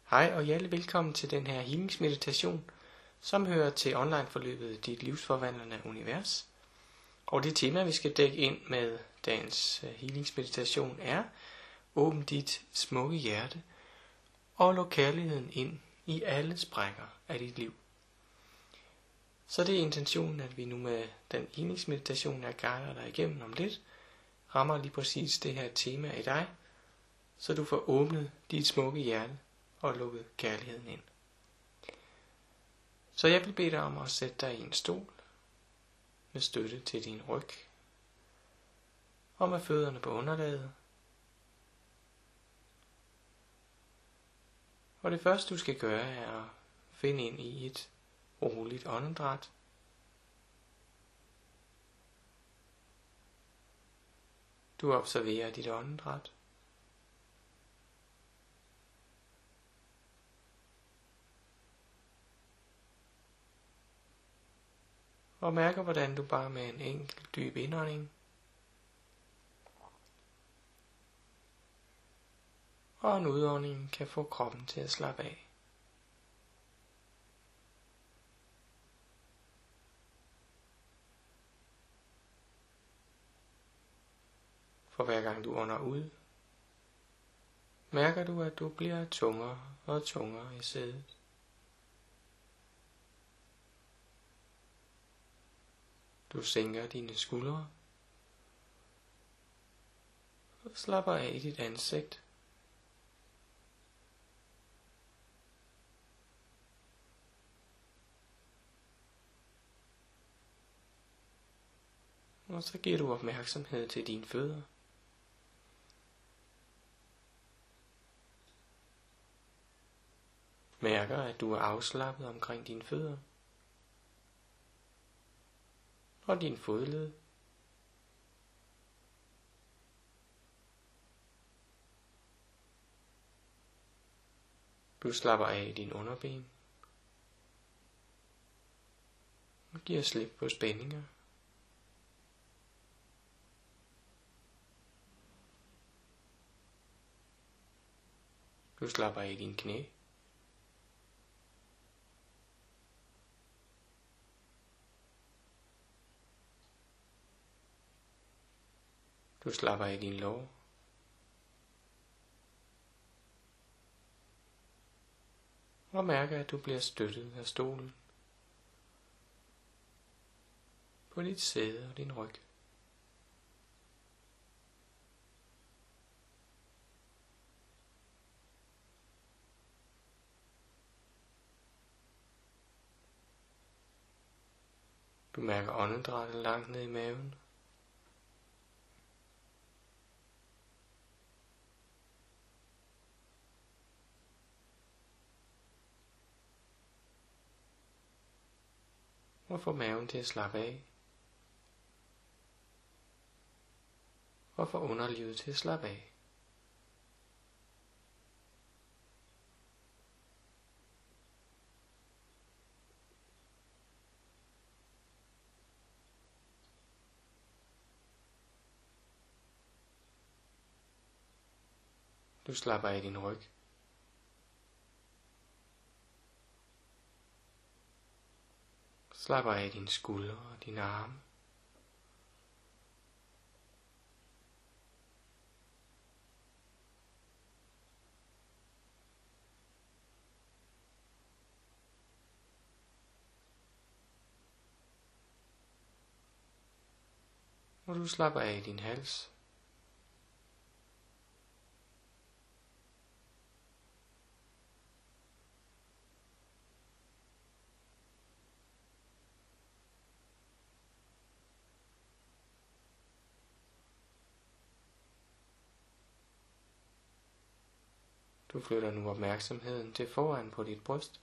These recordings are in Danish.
Hej og hjertelig velkommen til den her healingsmeditation, som hører til online-forløbet Dit livsforvandlende univers. Og det tema, vi skal dække ind med dagens healingsmeditation er: åbn dit smukke hjerte og luk kærligheden ind i alle sprækker af dit liv. Så det er intentionen, at vi nu med den healingsmeditation, jeg guider dig igennem om lidt, rammer lige præcis det her tema i dig, så du får åbnet dit smukke hjerte og lukket kærligheden ind. Så jeg vil bede dig om at sætte dig i en stol med støtte til din ryg og med fødderne på underlaget. Og det første du skal gøre er at finde ind i et roligt åndedræt. Du observerer dit åndedræt. Og mærker, hvordan du bare med en enkelt dyb indånding og en udånding kan få kroppen til at slappe af. For hver gang du ånder ud, mærker du, at du bliver tungere og tungere i sædet. Du sænker dine skuldre og slapper af i dit ansigt. Og så giver du opmærksomhed til dine fødder. Mærker, at du er afslappet omkring dine fødder og din fodled. Du slapper af i din underben og giver slip på spændinger. Du slapper af i dine knæ. Du slapper af i din lår. Og mærker, at du bliver støttet af stolen på dit sæde og din ryg. Du mærker åndedrættet langt ned i maven. Og få maven til at slappe af. Og få underlivet til at slappe af. Du slapper af i din ryg. Slapper af i dine skuldre og dine arme. Og du slapper af i din hals. Du flytter nu opmærksomheden til foran på dit bryst.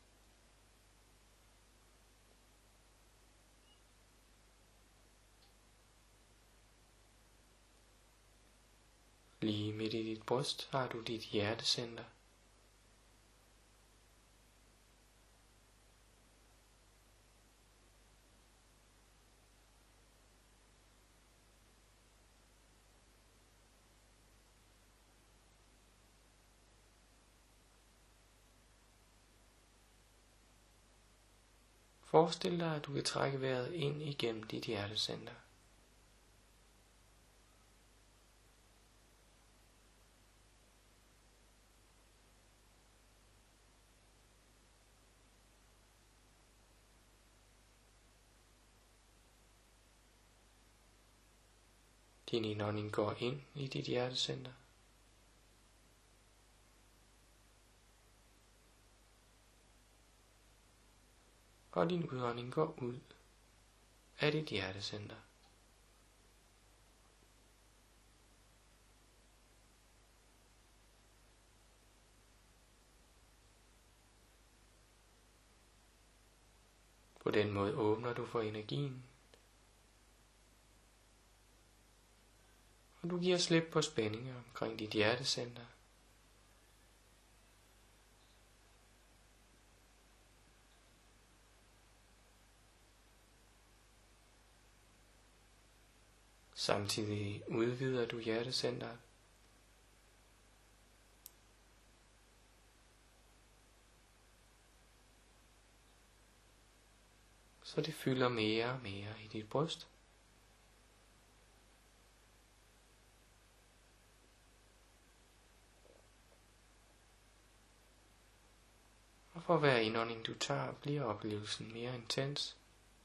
Lige midt i dit bryst har du dit hjertecenter. Forestil dig, at du kan trække vejret ind igennem dit hjertecenter. Din indånding går ind i dit hjertecenter. Og din udånding går ud af dit hjertecenter. På den måde åbner du for energien. Og du giver slip på spændinger omkring dit hjertecenter. Samtidig udvider du hjertecentret. Så det fylder mere og mere i dit bryst. Og for hver indånding du tager, bliver oplevelsen mere intens.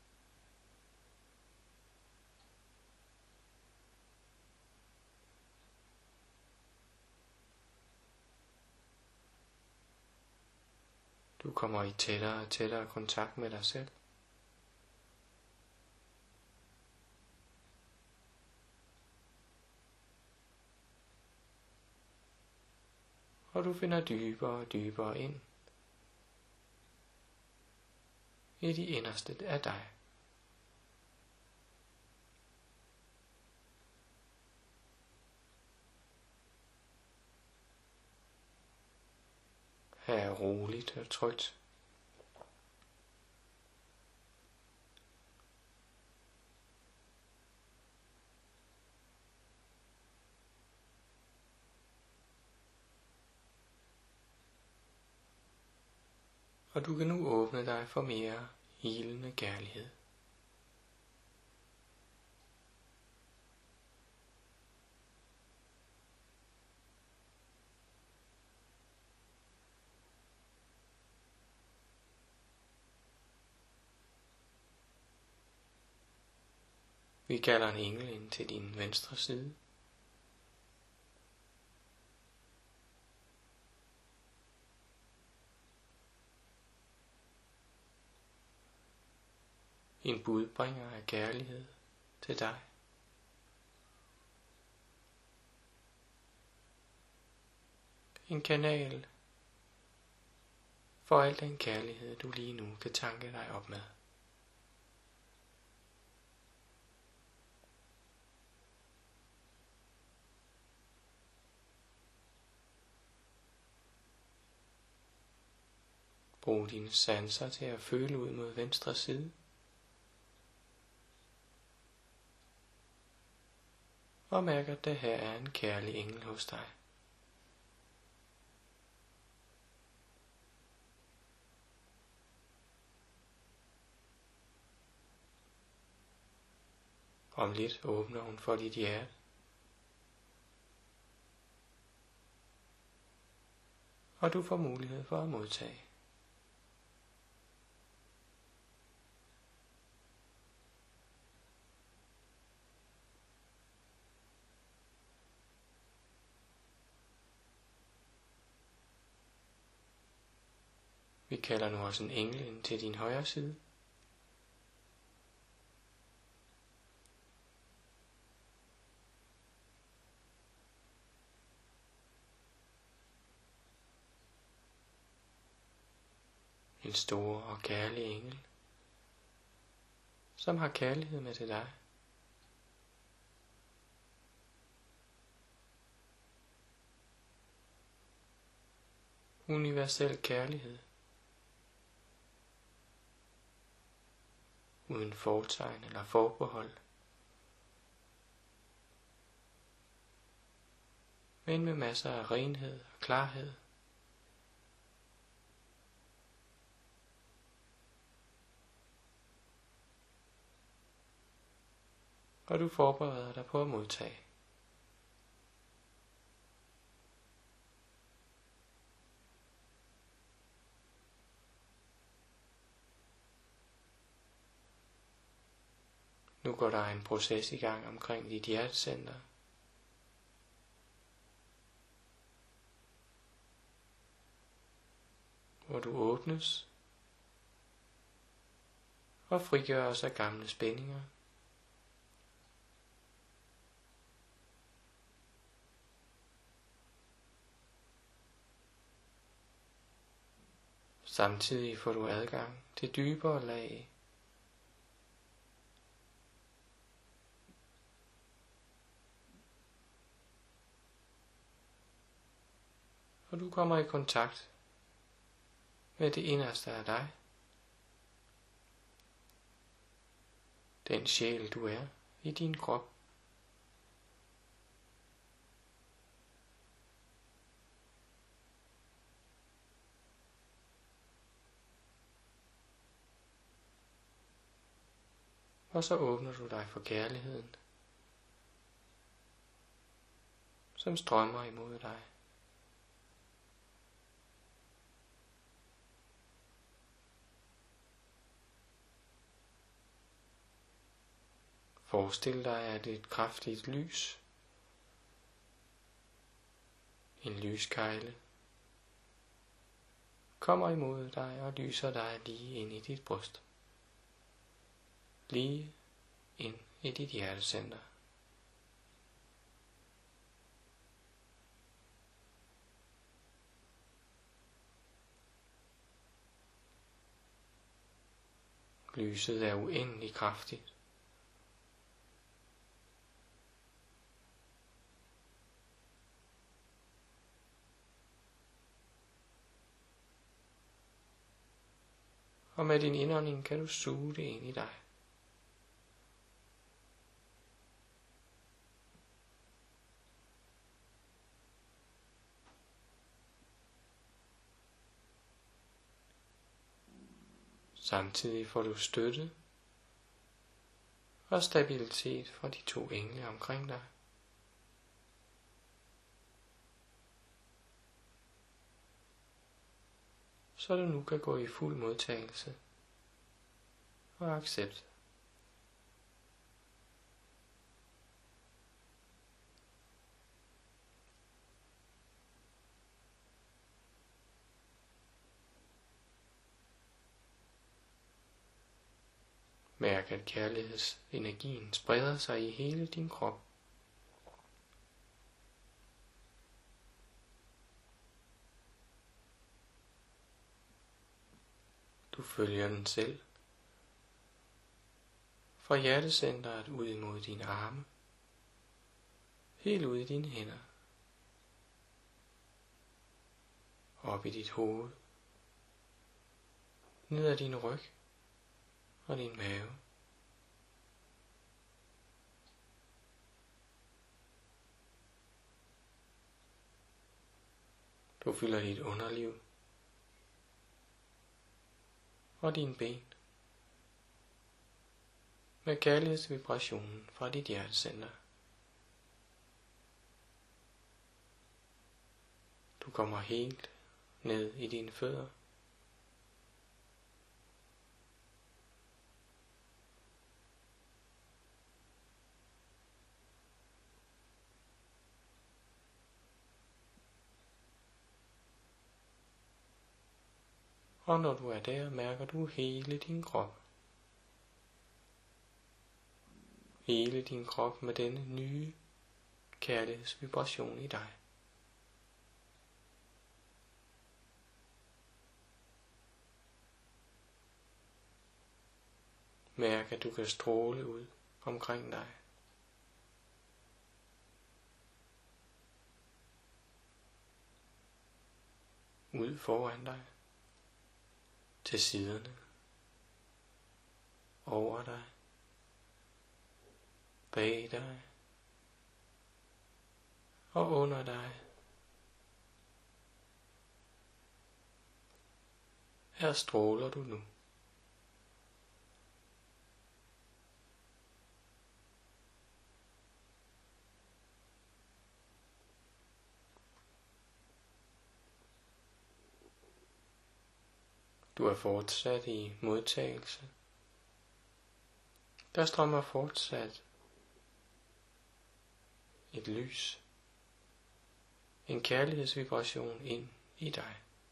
Du kommer i tættere og tættere kontakt med dig selv. Og du finder dybere og dybere ind i de inderste af dig. Her er roligt og trygt. Og du kan nu åbne dig for mere helende kærlighed. Vi kalder en engel ind til din venstre side. En budbringer af kærlighed til dig. En kanal for al den kærlighed, du lige nu kan tanke dig op med. Brug dine sanser til at føle ud mod venstre side. Og mærk, at der her er en kærlig engel hos dig. Om lidt åbner hun for dit hjerte. Og du får mulighed for at modtage. Vi kalder nu også en engel ind til din højre side. En stor og kærlig engel, som har kærlighed med til dig. Universel kærlighed. Uden fortegn eller forbehold. Men med masser af renhed og klarhed. og du forbereder dig på at modtage. Nu går der en proces i gang omkring dit hjertecenter. Hvor du åbnes og frigøres af gamle spændinger. Samtidig får du adgang til dybere lag. Og du kommer i kontakt med det inderste af dig. Den sjæl du er i din krop. Og så åbner du dig for kærligheden, som strømmer imod dig. Forestil dig, at et kraftigt lys, en lyskejle, kommer imod dig og lyser dig lige ind i dit bryst. Lige ind i dit hjertecenter. Lyset er uendelig kraftigt. Og med din indånding kan du suge det ind i dig. Samtidig får du støtte og stabilitet fra de to engle omkring dig. Så du nu kan gå i fuld modtagelse og accept. Mærk, at kærlighedsenergien spreder sig i hele din krop. Du følger den selv. Fra hjertecentret ud imod dine arme. Helt ud i dine hænder. Op i dit hoved. Ned ad din ryg og din mave. Du fylder dit underliv og dine ben med kærlighedsvibrationen fra dit hjertecenter. Du kommer helt ned i dine fødder. Og når du er der, mærker du hele din krop. Hele din krop med denne nye kærlighedsvibration i dig. Mærk, at du kan stråle ud omkring dig. Ud foran dig. Til siderne. Over dig. Bag dig. Og under dig. Her stråler du nu. Du er fortsat i modtagelse. Der strømmer fortsat et lys, en kærlighedsvibration ind i dig.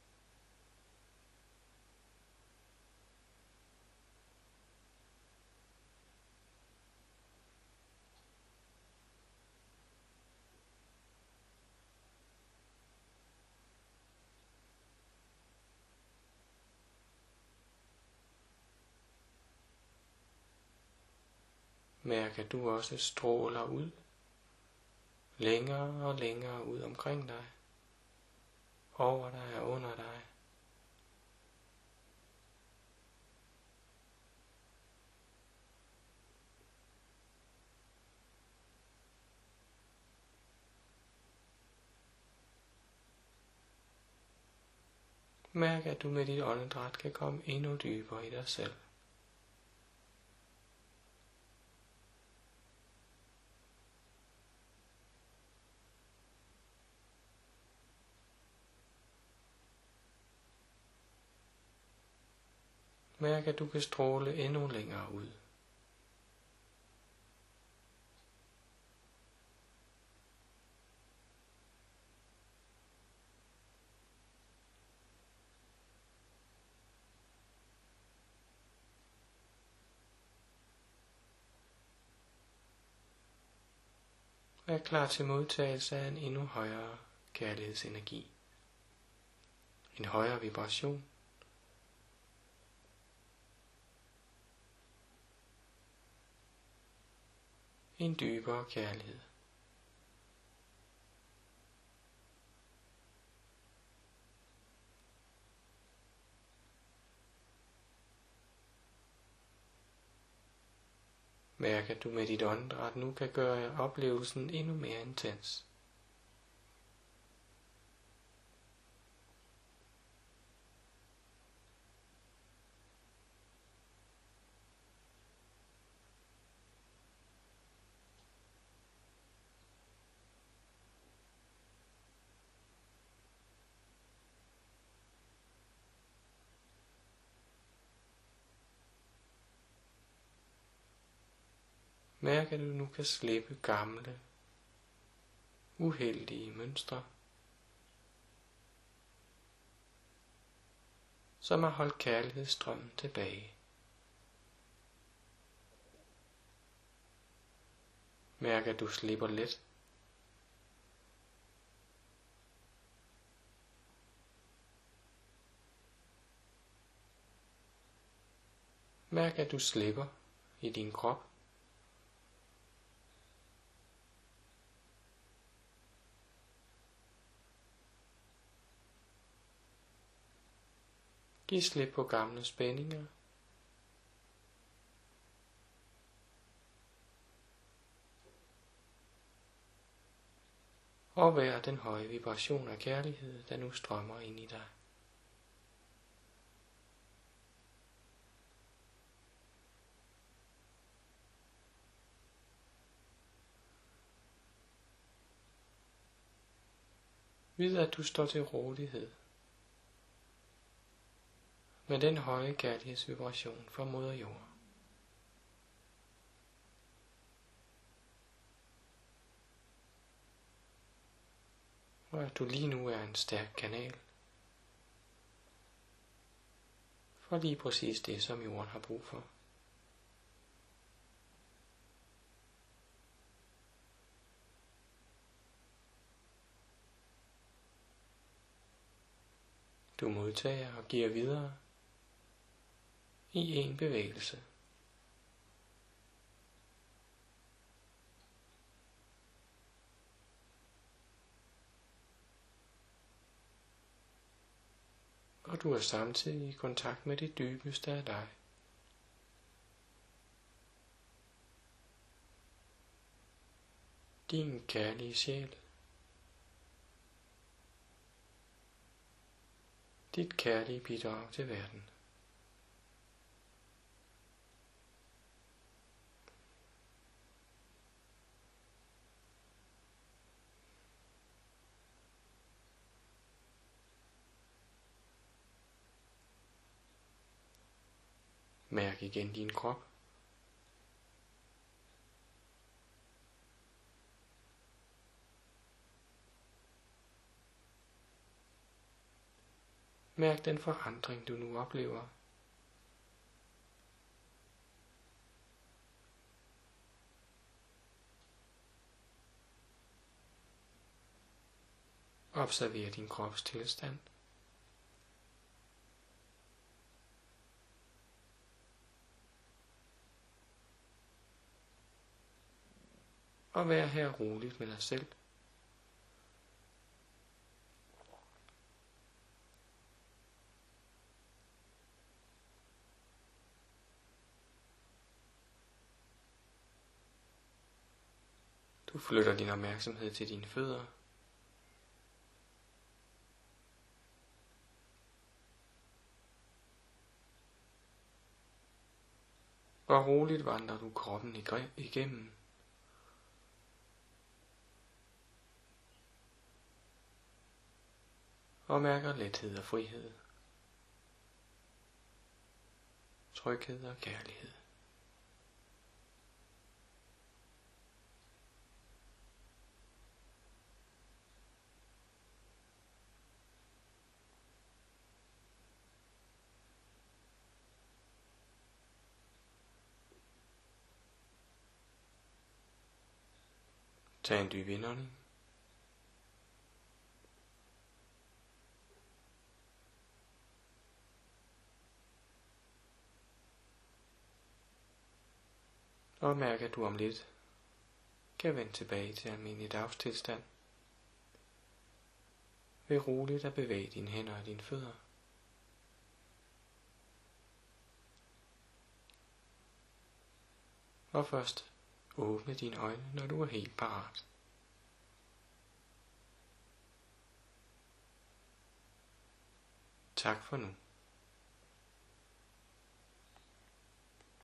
Mærk, at du også stråler ud, længere og længere ud omkring dig, over dig og under dig. Mærk, at du med dit åndedræt kan komme endnu dybere i dig selv. Mærk, at du kan stråle endnu længere ud. Vær klar til modtagelse af en endnu højere kærlighedsenergi. En højere vibration. En dybere kærlighed. Mærk, at du med dit åndedræt nu kan gøre oplevelsen endnu mere intens. Mærk, at du nu kan slippe gamle, uheldige mønstre, som har holdt kærlighedsstrømmen tilbage. Mærk, at du slipper let. Mærk, at du slipper i din krop. Giv slip på gamle spændinger. Og vær den høje vibration af kærlighed, der nu strømmer ind i dig. Vid, at du står til rådighed med den høje kærlighedsvibration fra moder jord. Og at du lige nu er en stærk kanal for lige præcis det, som jorden har brug for. Du modtager og giver videre i en bevægelse. Og du er samtidig i kontakt med det dybeste af dig. Din kærlige sjæl. Dit kærlige bidrag til verden. Mærk igen din krop. Mærk den forandring, du nu oplever. Observer din krops tilstand. Og vær her roligt med dig selv. Du flytter din opmærksomhed til dine fødder. Og roligt vandrer du kroppen igennem. Og mærker lethed og frihed. Tryghed og kærlighed. Tag en dyb indånding. Og mærk, at du om lidt kan vende tilbage til almindelig dagstilstand ved roligt at bevæge dine hænder og dine fødder. Og først åbne dine øjne, når du er helt parat. Tak for nu.